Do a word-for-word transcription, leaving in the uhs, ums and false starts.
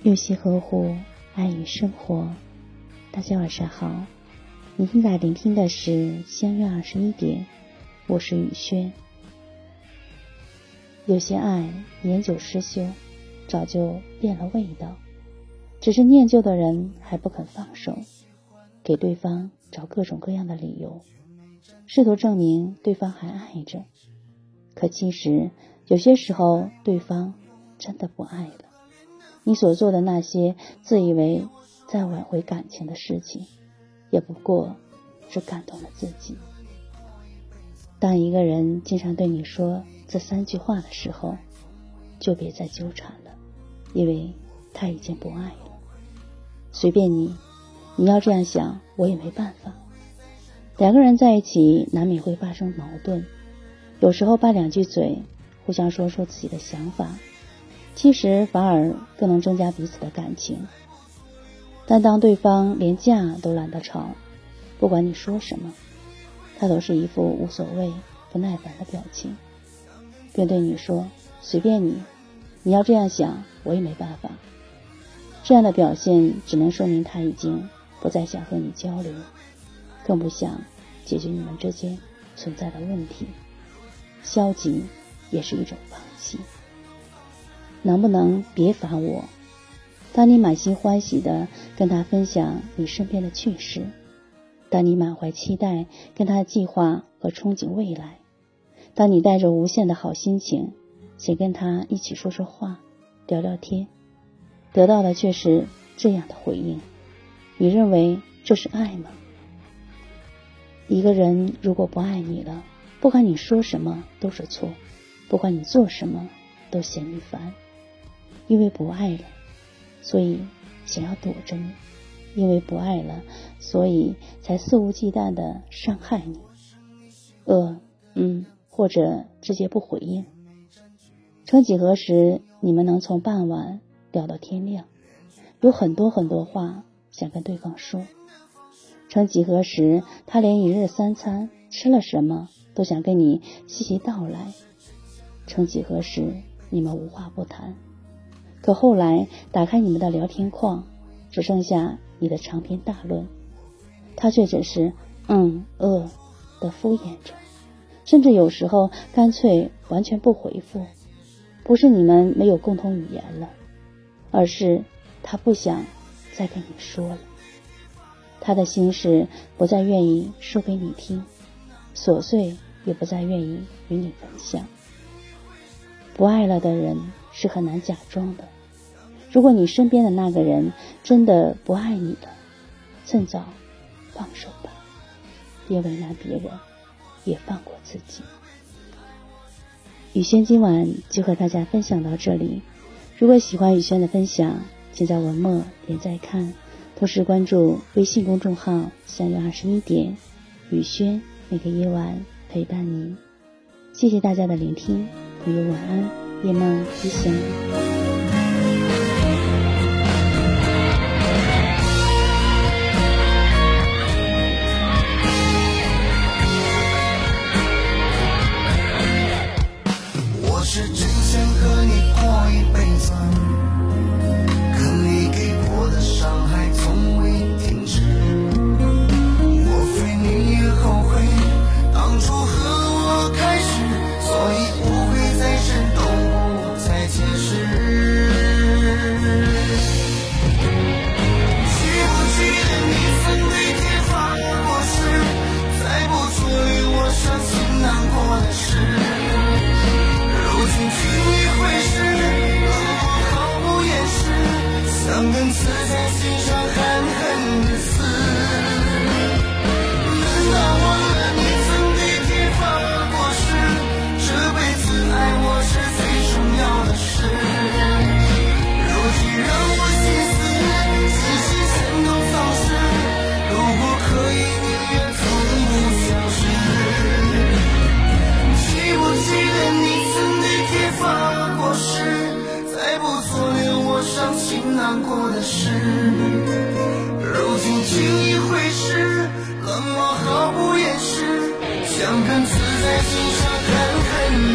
用心呵护，爱与生活。大家晚上好，你现在聆听的是相约二十一点，我是雨轩。有些爱年久失修，早就变了味道，只是念旧的人还不肯放手，给对方找各种各样的理由，试图证明对方还爱着。可其实有些时候对方真的不爱了，你所做的那些自以为在挽回感情的事情，也不过只感动了自己。当一个人经常对你说这三句话的时候，就别再纠缠了，因为他已经不爱了。随便你，你要这样想，我也没办法。两个人在一起难免会发生矛盾，有时候拌两句嘴，互相说说自己的想法，其实反而更能增加彼此的感情。但当对方连架都懒得吵，不管你说什么，他都是一副无所谓不耐烦的表情，并对你说随便你，你要这样想，我也没办法。这样的表现只能说明他已经不再想和你交流，更不想解决你们之间存在的问题。消极也是一种放弃。能不能别烦我？当你满心欢喜地跟他分享你身边的趣事，当你满怀期待跟他计划和憧憬未来，当你带着无限的好心情想跟他一起说说话聊聊天，得到的却是这样的回应，你认为这是爱吗？一个人如果不爱你了，不管你说什么都是错，不管你做什么都嫌你烦。因为不爱了，所以想要躲着你；因为不爱了，所以才肆无忌惮地伤害你。呃，嗯，或者直接不回应。曾几何时，你们能从傍晚聊到天亮，有很多很多话想跟对方说。曾几何时，他连一日三餐吃了什么都想跟你细细道来。曾几何时，你们无话不谈。可后来打开你们的聊天框，只剩下你的长篇大论，他却只是嗯呃的敷衍着，甚至有时候干脆完全不回复。不是你们没有共同语言了，而是他不想再跟你说了。他的心事不再愿意说给你听，琐碎也不再愿意与你分享。不爱了的人是很难假装的。如果你身边的那个人真的不爱你了，趁早放手吧，别为难别人，也放过自己。雨轩今晚就和大家分享到这里。如果喜欢雨轩的分享，请在文末点再看，同时关注微信公众号相约二十一点，雨轩每个夜晚陪伴你。谢谢大家的聆听，朋友晚安，夜梦吉祥。 是真想和你过一辈子，可你给我的伤害从未停止。莫非你也后悔当初和我开始，所以不会再是都不再解释。记不记得你曾对天发过誓，再不做令我伤心难过的事。轻易会是冷漠毫不掩饰，像根刺在心上狠狠的刺。难道忘了你曾对天发过誓，这辈子爱我是最重要的事。如今让我心思细细全都丧失，如果可以宁愿从不消失。记不记得你发过誓，再不做令我伤心难过的事。如今轻易会是冷漠毫不掩饰，像根刺在心上狠狠